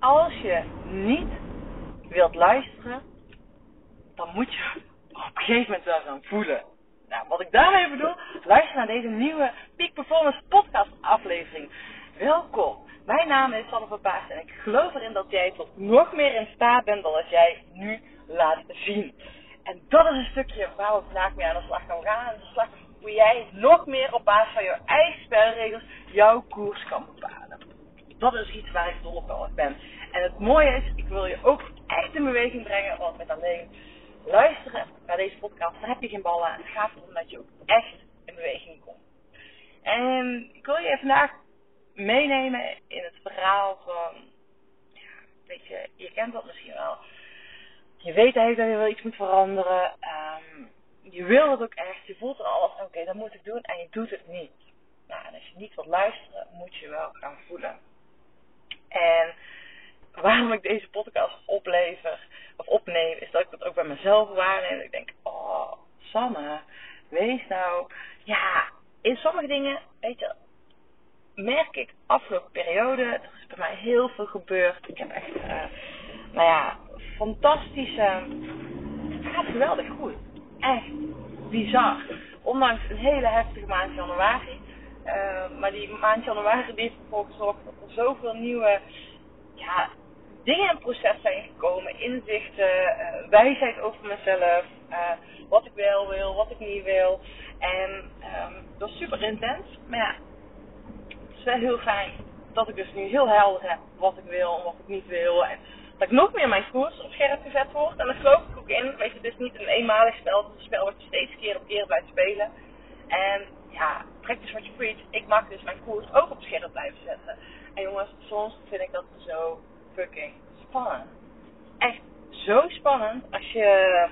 als je niet wilt luisteren, dan moet je op een gegeven moment wel gaan voelen. Nou, wat ik daarmee bedoel, luister naar deze nieuwe Peak Performance podcast aflevering. Welkom, mijn naam is Sanne van Paas en ik geloof erin dat jij tot nog meer in staat bent dan als jij nu laat zien. En dat is een stukje waar we vandaag mee aan de slag gaan gaan. Aan de slag hoe jij nog meer op basis van jouw eigen spelregels jouw koers kan bepalen. Dat is iets waar ik dol op ben. En het mooie is, ik wil je ook echt in beweging brengen, want met alleen luisteren naar deze podcast, daar heb je geen bal aan. Het gaat erom dat je ook echt in beweging komt. En ik wil je vandaag meenemen in het verhaal van, weet je kent dat misschien wel. Je weet eigenlijk dat je wel iets moet veranderen. Je wil het ook echt. Je voelt er alles. Oké, dat moet ik doen. En je doet het niet. Nou, en als je niet wilt luisteren, moet je wel gaan voelen. En waarom ik deze podcast opneem, is dat ik het ook bij mezelf waarneem. Ik denk, Sanne, wees nou. Ja, in sommige dingen, weet je, merk ik afgelopen periode, er is bij mij heel veel gebeurd. Ik heb echt, fantastische, het gaat geweldig goed. Echt bizar. Ondanks een hele heftige maand januari. Maar die maand januari die heeft ervoor gezorgd dat er zoveel nieuwe dingen in het proces zijn gekomen. Inzichten, wijsheid over mezelf. Wat ik wel wil, wat ik niet wil. En dat is super intens. Maar ja, het is wel heel fijn dat ik dus nu heel helder heb wat ik wil en wat ik niet wil. En dat ik nog meer mijn koers op scherp gezet wordt. En daar geloof ik ook in. Weet je, het is niet een eenmalig spel. Het is een spel wat je steeds keer op keer blijft spelen. En ja, practice what you preach. Ik mag dus mijn koers ook op scherp blijven zetten. En jongens, soms vind ik dat zo fucking spannend. Echt zo spannend als je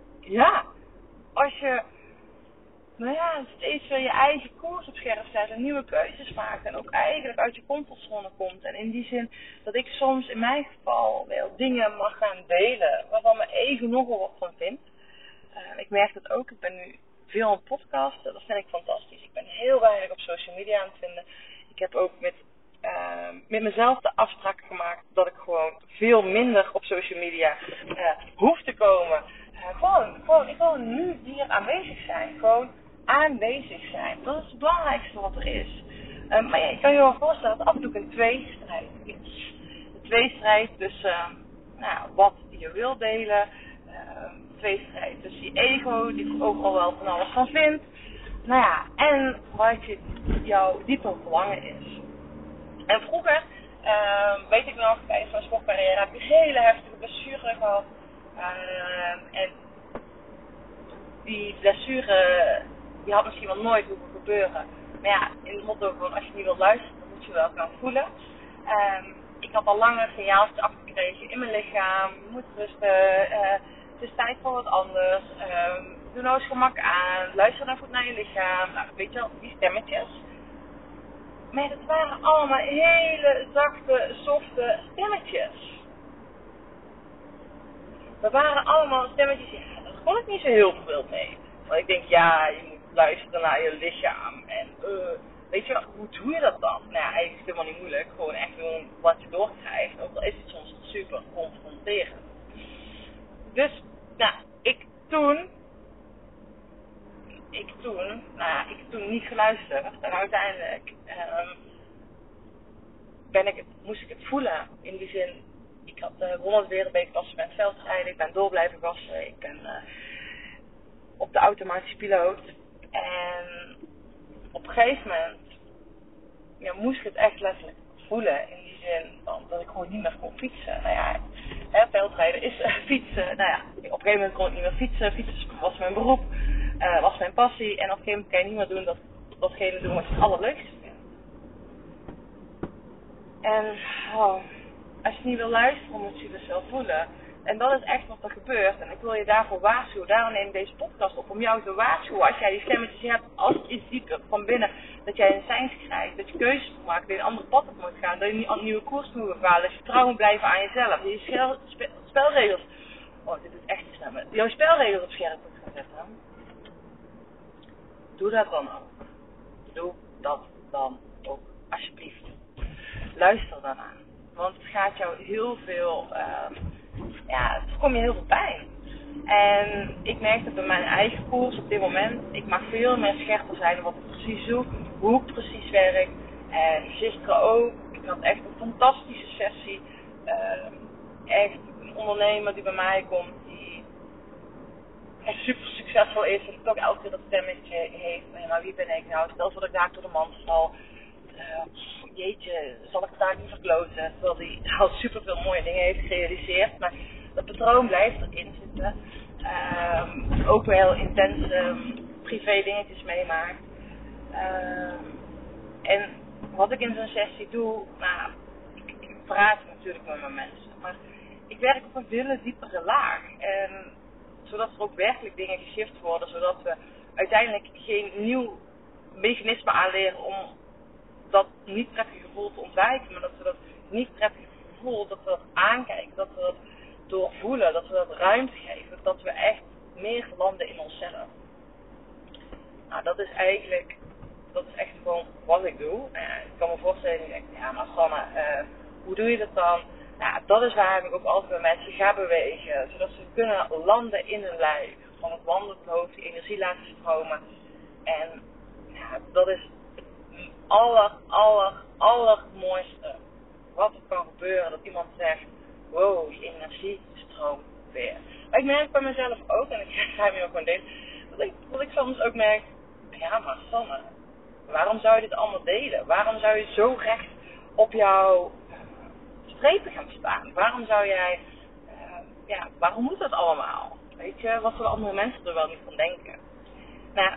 steeds weer je eigen koers op scherp zet en nieuwe keuzes maakt en ook eigenlijk uit je comfortzone komt. En in die zin dat ik soms in mijn geval wel dingen mag gaan delen waarvan mijn ego nogal wat van vindt. Ik merk dat ook. Ik ben nu veel aan het podcasten. Dat vind ik fantastisch. Ik ben heel weinig op social media aan het vinden. Ik heb ook met mezelf de afspraak gemaakt dat ik gewoon veel minder op social media hoef te komen. Ik wil nu hier aanwezig zijn. Gewoon aanwezig zijn. Dat is het belangrijkste wat er is. Maar ja, je kan je wel voorstellen dat af en toe een tweestrijd is. Een tweestrijd tussen wat je wil delen. Tweestrijd tussen je ego, die overal wel van alles van vindt. En wat jouw diepe verlangen is. En vroeger, weet ik nog, tijdens mijn sportcarrière heb ik een hele heftige blessure gehad. En die blessure, die had misschien wel nooit hoeven gebeuren. Maar ja, in het motto van als je niet wilt luisteren, dan moet je wel gaan voelen. Ik had al langer signaaltjes afgekregen in mijn lichaam. Je moet rusten, het is tijd voor wat anders. Doe nou eens gemak aan, luister nou goed naar je lichaam. Nou, weet je wel, die stemmetjes. Maar dat waren allemaal hele zachte, softe stemmetjes. Dat waren allemaal stemmetjes, daar kon ik niet zo heel veel mee. Want ik denk, je moet luisteren naar je lichaam. En weet je, hoe doe je dat dan? Eigenlijk is het helemaal niet moeilijk. Gewoon echt doen wat je doorkrijgt. Ook al is het soms super confronterend. Dus, ik heb toen niet geluisterd. En uiteindelijk moest ik het voelen. In die zin, ik had 100 wereldbekerklassen met veldrijden. Ik ben door blijven gassen. Ik ben op de automatische piloot. En op een gegeven moment moest ik het echt letterlijk voelen. In die zin dat ik gewoon niet meer kon fietsen. Veldrijden is fietsen. Op een gegeven moment kon ik niet meer fietsen. Fietsen was mijn beroep. Was mijn passie. En op een gegeven moment kan je niet meer doen datgene doen wat je het allerleukste vindt. En als je niet wil luisteren, moet je dus wel voelen. En dat is echt wat er gebeurt. En ik wil je daarvoor waarschuwen. Daarom neem ik deze podcast op om jou te waarschuwen. Als jij die stemmetjes hebt, als het iets dieper van binnen, dat jij een sein krijgt, dat je keuzes moet maken, dat je een andere pad op moet gaan, dat je niet een nieuwe koers moet bepalen, dat je trouw moet blijven aan jezelf. Dat je spelregels, dit is echt stemmen, jouw spelregels op scherp moet gaan zetten. Doe dat dan ook. Doe dat dan ook, alsjeblieft. Luister daarna. Want het gaat jou heel veel, het voorkomt je heel veel pijn. En ik merk dat bij mijn eigen koers op dit moment, ik mag veel meer scherper zijn op wat ik precies doe, hoe ik precies werk. En gisteren ook, ik had echt een fantastische sessie. Echt een ondernemer die bij mij komt, die echt super succesvol is. En toch elke keer dat stemmetje heeft. Maar wie ben ik nou? Stel voor dat ik daar door de man val. Jeetje, zal ik het daar niet verkloten? Terwijl hij al super veel mooie dingen heeft gerealiseerd. Maar dat patroon blijft erin zitten. Ook wel intense privé dingetjes meemaakt. En wat ik in zo'n sessie doe, ik praat natuurlijk met mijn mensen. Maar ik werk op een veel diepere laag. En zodat er ook werkelijk dingen geshift worden. Zodat we uiteindelijk geen nieuw mechanisme aanleren om dat niet prettige gevoel te ontwijken. Maar dat we dat niet prettige gevoel, dat we dat aankijken. Dat we dat doorvoelen. Dat we dat ruimte geven. Dat we echt meer landen in onszelf. Nou, dat is echt gewoon wat ik doe. Ik kan me voorstellen, maar Sanne, hoe doe je dat dan? Dat is waar ik ook altijd bij mensen ga bewegen. Zodat ze kunnen landen in hun lijf. Van het wandelend hoofd, die energie laten stromen. En dat is het allermooiste wat er kan gebeuren. Dat iemand zegt, wow, die energie stroomt weer. Maar ik merk bij mezelf ook, en ik ga hem ook gewoon delen, dat ik soms ook merk, maar Sanne, waarom zou je dit allemaal delen? Waarom zou je zo recht op jouw strepen gaan staan? Waarom zou jij, waarom moet dat allemaal? Weet je, wat zullen andere mensen er wel niet van denken? Nou,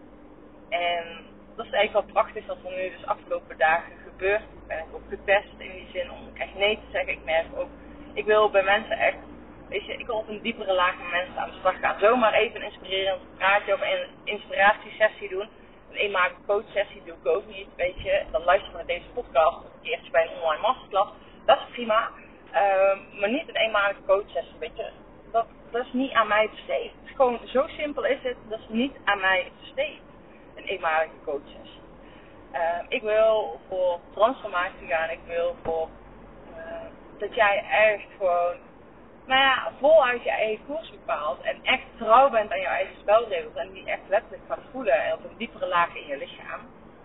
en dat is eigenlijk wel prachtig wat er nu dus afgelopen dagen gebeurt. Ben ik ook getest in die zin om echt nee te zeggen. Ik merk ook, ik wil bij mensen echt, weet je, ik wil op een diepere laag met mensen aan de slag gaan. Zomaar even een inspirerend praatje of een inspiratiesessie doen. Een eenmalige coachsessie doe ik ook niet, weet je. Dan luister je naar deze podcast of een keertje bij een online masterclass. Dat is prima. Maar niet een eenmalige coachsessie, weet je. Dat is niet aan mij besteed. Het is gewoon, zo simpel is het. Dat is niet aan mij besteed. Een eenmalige coachsessie. Ik wil voor transformatie gaan. Ik wil voor dat jij echt gewoon, voluit je eigen koers bepaalt. En echt trouw bent aan je eigen spelregels. En die echt letterlijk gaat voelen. En op een diepere laag in je lichaam.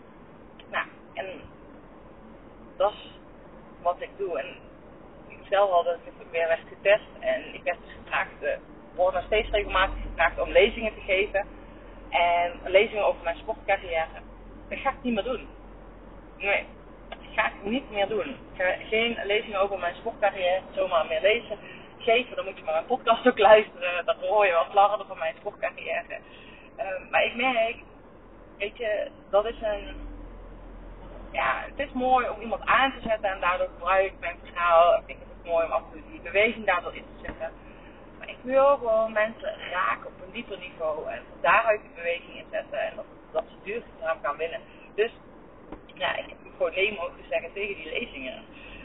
En dat is wat ik doe. En ik vertelde al dat ik weer werd getest. En ik werd dus gevraagd, word nog steeds regelmatig gevraagd om lezingen te geven. En lezingen over mijn sportcarrière. Dat ga ik niet meer doen. Nee, dat ga ik niet meer doen. Ik ga geen lezingen over mijn sportcarrière zomaar meer geven. Dan moet je maar mijn podcast ook luisteren. Dan hoor je wel flarden van mijn sportcarrière. Maar ik merk, weet je, dat is het is mooi om iemand aan te zetten en daardoor gebruik ik mijn verhaal. Ik denk dat het mooi om af en toe die beweging daardoor in te zetten. Maar ik wil gewoon mensen raken op een dieper niveau en van daaruit die beweging inzetten en dat ze duurzaam gaan winnen. Dus ik heb gewoon nee mogen zeggen tegen die lezingen.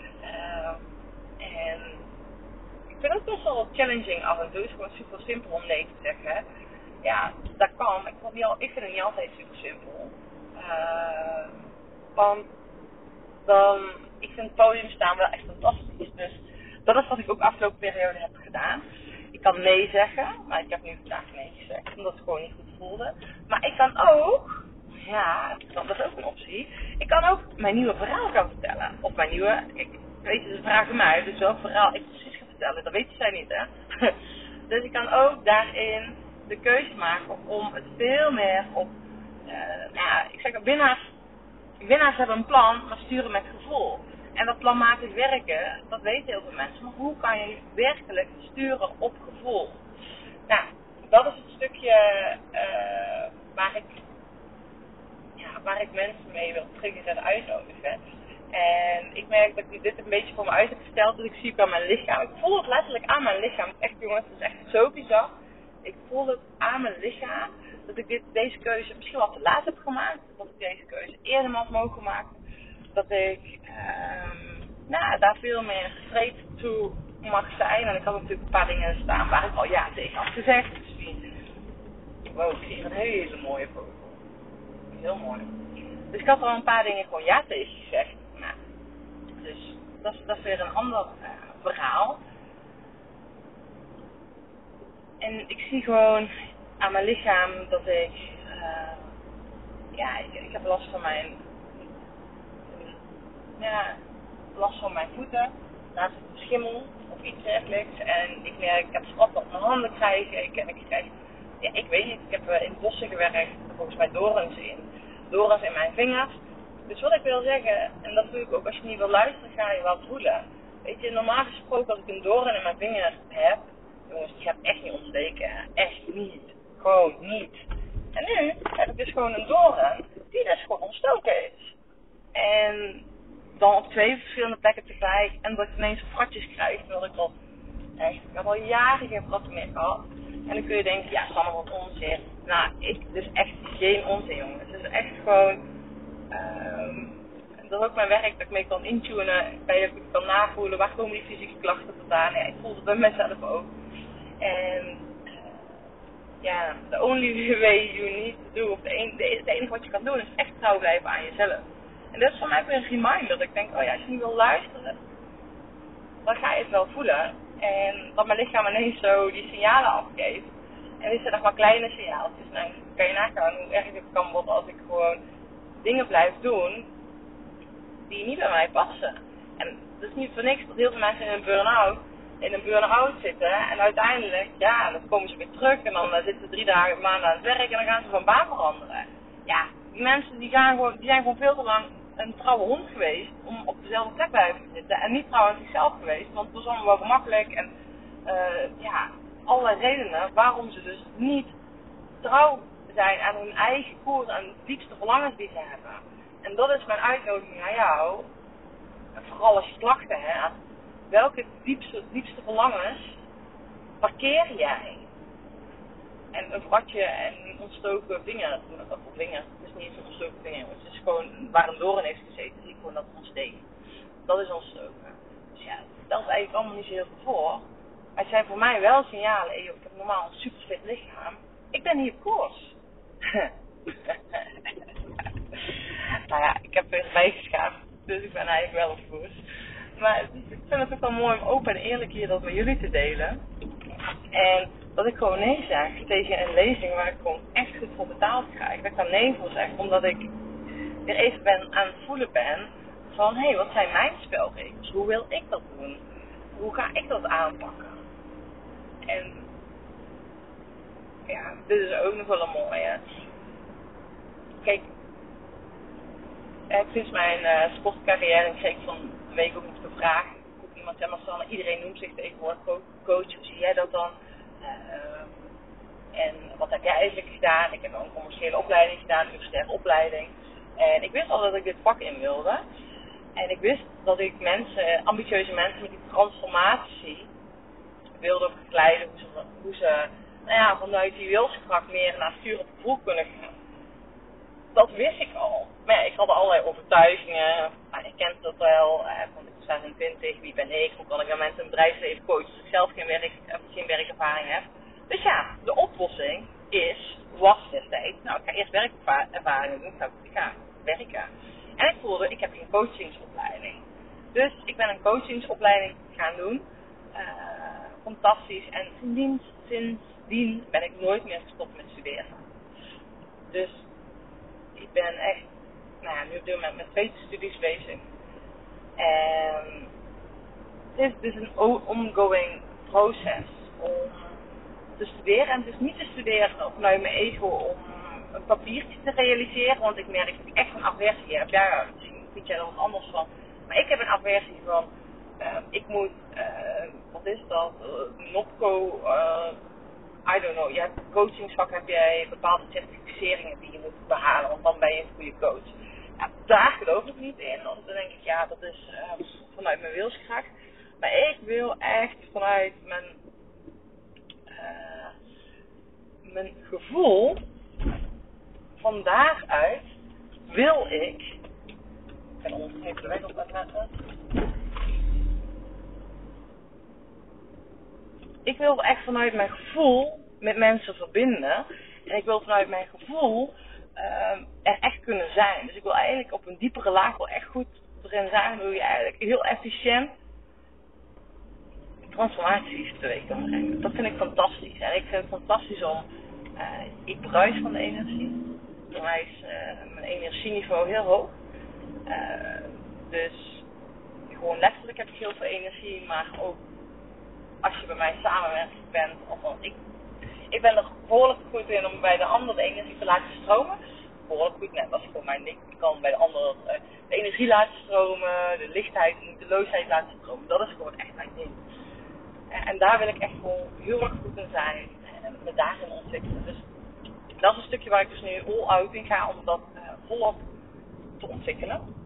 En ik vind het best wel challenging af en toe. Het is gewoon super simpel om nee te zeggen. Hè. Ja, dat kan. Ik vind het niet altijd super simpel. Want ik vind het podium staan wel echt fantastisch. Dus dat is wat ik ook afgelopen periode heb gedaan. Ik kan nee zeggen, maar ik heb nu vandaag nee gezegd, omdat het gewoon niet goed voelde. Maar ik kan ook, dat is ook een optie, ik kan ook mijn nieuwe verhaal gaan vertellen. Of mijn nieuwe, ze vragen mij, dus welk verhaal ik precies ga vertellen, dat weten zij niet, hè. Dus ik kan ook daarin de keuze maken om het veel meer op, ik zeg winnaars hebben een plan, maar sturen met gevoel. En dat planmatig werken, dat weten heel veel mensen. Maar hoe kan je werkelijk sturen op gevoel? Nou, dat is het stukje waar ik mensen mee wil triggeren en uitnodigen. En ik merk dat ik dit een beetje voor me uit heb gesteld. Dat ik zie aan mijn lichaam. Ik voel het letterlijk aan mijn lichaam. Echt jongens, het is echt zo bizar. Ik voel het aan mijn lichaam. Dat ik deze keuze misschien wel te laat heb gemaakt. Dat ik deze keuze eerder had mogen maken. Dat ik daar veel meer straight toe mag zijn. En ik had natuurlijk een paar dingen staan waar ik al ja tegen had gezegd. Dus wow, ik zie een hele mooie foto. Heel mooi. Dus ik had al een paar dingen gewoon ja tegen gezegd. Dus dat is weer een ander verhaal. En ik zie gewoon aan mijn lichaam dat ik heb last van mijn voeten. Laatst een schimmel of iets dergelijks. En ik merk, ik heb schrappen op mijn handen krijgen. Ik krijg, ik weet niet, ik heb in het bossen gewerkt, volgens mij dorens in mijn vingers. Dus wat ik wil zeggen, en dat doe ik ook als je niet wil luisteren, ga je wel voelen. Weet je, normaal gesproken als ik een doorn in mijn vinger heb, jongens, die gaat echt niet ontsteken. Echt niet. Gewoon niet. En nu heb ik dus gewoon een doorn die dus gewoon ontstoken is. En dan op 2 verschillende plekken tegelijk. En dat ik ineens fratjes krijg. Terwijl ik heb al jaren geen fratten meer gehad. En dan kun je denken, ja, Sanne, wat onzin. Nou, dus echt geen onzin, jongens. Het is echt gewoon... dat is ook mijn werk, dat ik mee kan intunen. Dat ik kan navoelen, waar komen die fysieke klachten vandaan. Ja, ik voel het bij mezelf ook. En... the only way you need to do, of het enige wat je kan doen, is echt trouw blijven aan jezelf. En dat is voor mij weer een reminder, dat ik denk, oh ja, als je niet wil luisteren, dan ga je het wel voelen. En dat mijn lichaam ineens zo die signalen afgeeft. En dit zijn nog maar kleine signaaltjes. Nou, dan kan je nagaan hoe erg het kan worden als ik gewoon dingen blijf doen die niet bij mij passen. En dat is niet voor niks dat heel veel mensen in een burn-out zitten. En uiteindelijk, dan komen ze weer terug. En dan zitten ze 3 maanden aan het werk. En dan gaan ze van baan veranderen. Ja, die mensen die zijn gewoon veel te lang een trouwe hond geweest. Om op dezelfde plek blijven zitten. En niet trouw aan zichzelf geweest. Want het was allemaal wel gemakkelijk. En allerlei redenen waarom ze dus niet trouw zijn aan hun eigen koers. Aan de diepste verlangens die ze hebben. En dat is mijn uitnodiging aan jou. En vooral als je klachten hebt. Welke diepste verlangens parkeer jij? En een fratje en een ontstoken vinger. Of vinger, het is niet eens een ontstoken vinger. Het is gewoon waar een doorn heeft gezeten. Zie ik gewoon dat het ontsteekt. Dat is ontstoken. Dus ja, dat is eigenlijk allemaal niet zo heel veel voor. Maar het zijn voor mij wel signalen. Ik heb normaal een super fit lichaam. Ik ben niet op koers. Nou ja, ik heb weer bijgeschaafd. Dus ik ben eigenlijk wel op koers. Maar ik vind het ook wel mooi om open en eerlijk hier dat met jullie te delen. En dat ik gewoon nee zeg tegen een lezing waar ik gewoon echt goed voor betaald krijg. Dat ik daar nee voor zeg, omdat ik weer even aan het voelen ben van, hé, wat zijn mijn spelregels? Hoe wil ik dat doen? Hoe ga ik dat aanpakken? En ja, dit is ook nog wel een mooie. Kijk, sinds mijn sportcarrière kreeg ik van de week ook nog de vraag. Ook iemand zei, maar Sanne, iedereen noemt zich tegenwoordig coach. Hoe zie jij dat dan? En wat heb jij eigenlijk gedaan? Ik heb een commerciële opleiding gedaan, een universitaire opleiding. En ik wist al dat ik dit vak in wilde. En ik wist dat ik ambitieuze mensen met die transformatie wilde begeleiden. Hoe ze vanuit die wilskracht meer naar stuur op gevoel kunnen gaan. Dat wist ik al. Maar ja, ik had allerlei overtuigingen. Je kent dat wel. Want ik sta in 20, wie ben ik? Hoe kan ik dan mensen een bedrijfsleven coachen als ik zelf geen werkervaring heb? Dus ja, de oplossing was destijds. Nou, ik ga eerst werkervaring doen. Ik ga werken. En ik voelde, ik heb geen coachingsopleiding. Dus ik ben een coachingsopleiding gaan doen. Fantastisch. En sindsdien ben ik nooit meer gestopt met studeren. Dus ik ben echt, nu op dit moment met 2 studies bezig. En het is dus een ongoing proces om te studeren. En dus niet te studeren vanuit mijn ego om een papiertje te realiseren. Want ik merk dat ik echt een aversie heb. Ja, misschien vind jij er wat anders van. Maar ik heb een aversie van, ik moet, wat is dat, NOPCO, I don't know, ja, coachingsvak heb jij bepaalde certificeringen die je moet behalen, want dan ben je een goede coach. Ja, daar geloof ik niet in, want dan denk ik, ja, dat is vanuit mijn wilskracht. Maar ik wil echt vanuit mijn gevoel, van daaruit wil ik ben ondertussen even de weg op laten letten. Ik wil echt vanuit mijn gevoel met mensen verbinden. En ik wil vanuit mijn gevoel er echt kunnen zijn. Dus ik wil eigenlijk op een diepere laag wel echt goed erin zagen, hoe je eigenlijk heel efficiënt transformaties teweeg kan brengen. Dat vind ik fantastisch. En ik vind het fantastisch om, ik bruis van de energie. Voor mij is mijn energieniveau heel hoog. Dus gewoon letterlijk heb ik heel veel energie, maar ook als je bij mij samen bent, of ik ben er behoorlijk goed in om bij de ander de energie te laten stromen. Behoorlijk goed, net als voor mij niet. Ik kan bij de ander de energie laten stromen, de lichtheid en de loosheid laten stromen. Dat is gewoon echt mijn ding. En daar wil ik echt gewoon heel erg goed in zijn en me daarin ontwikkelen. Dus dat is een stukje waar ik dus nu all out in ga om dat volop te ontwikkelen.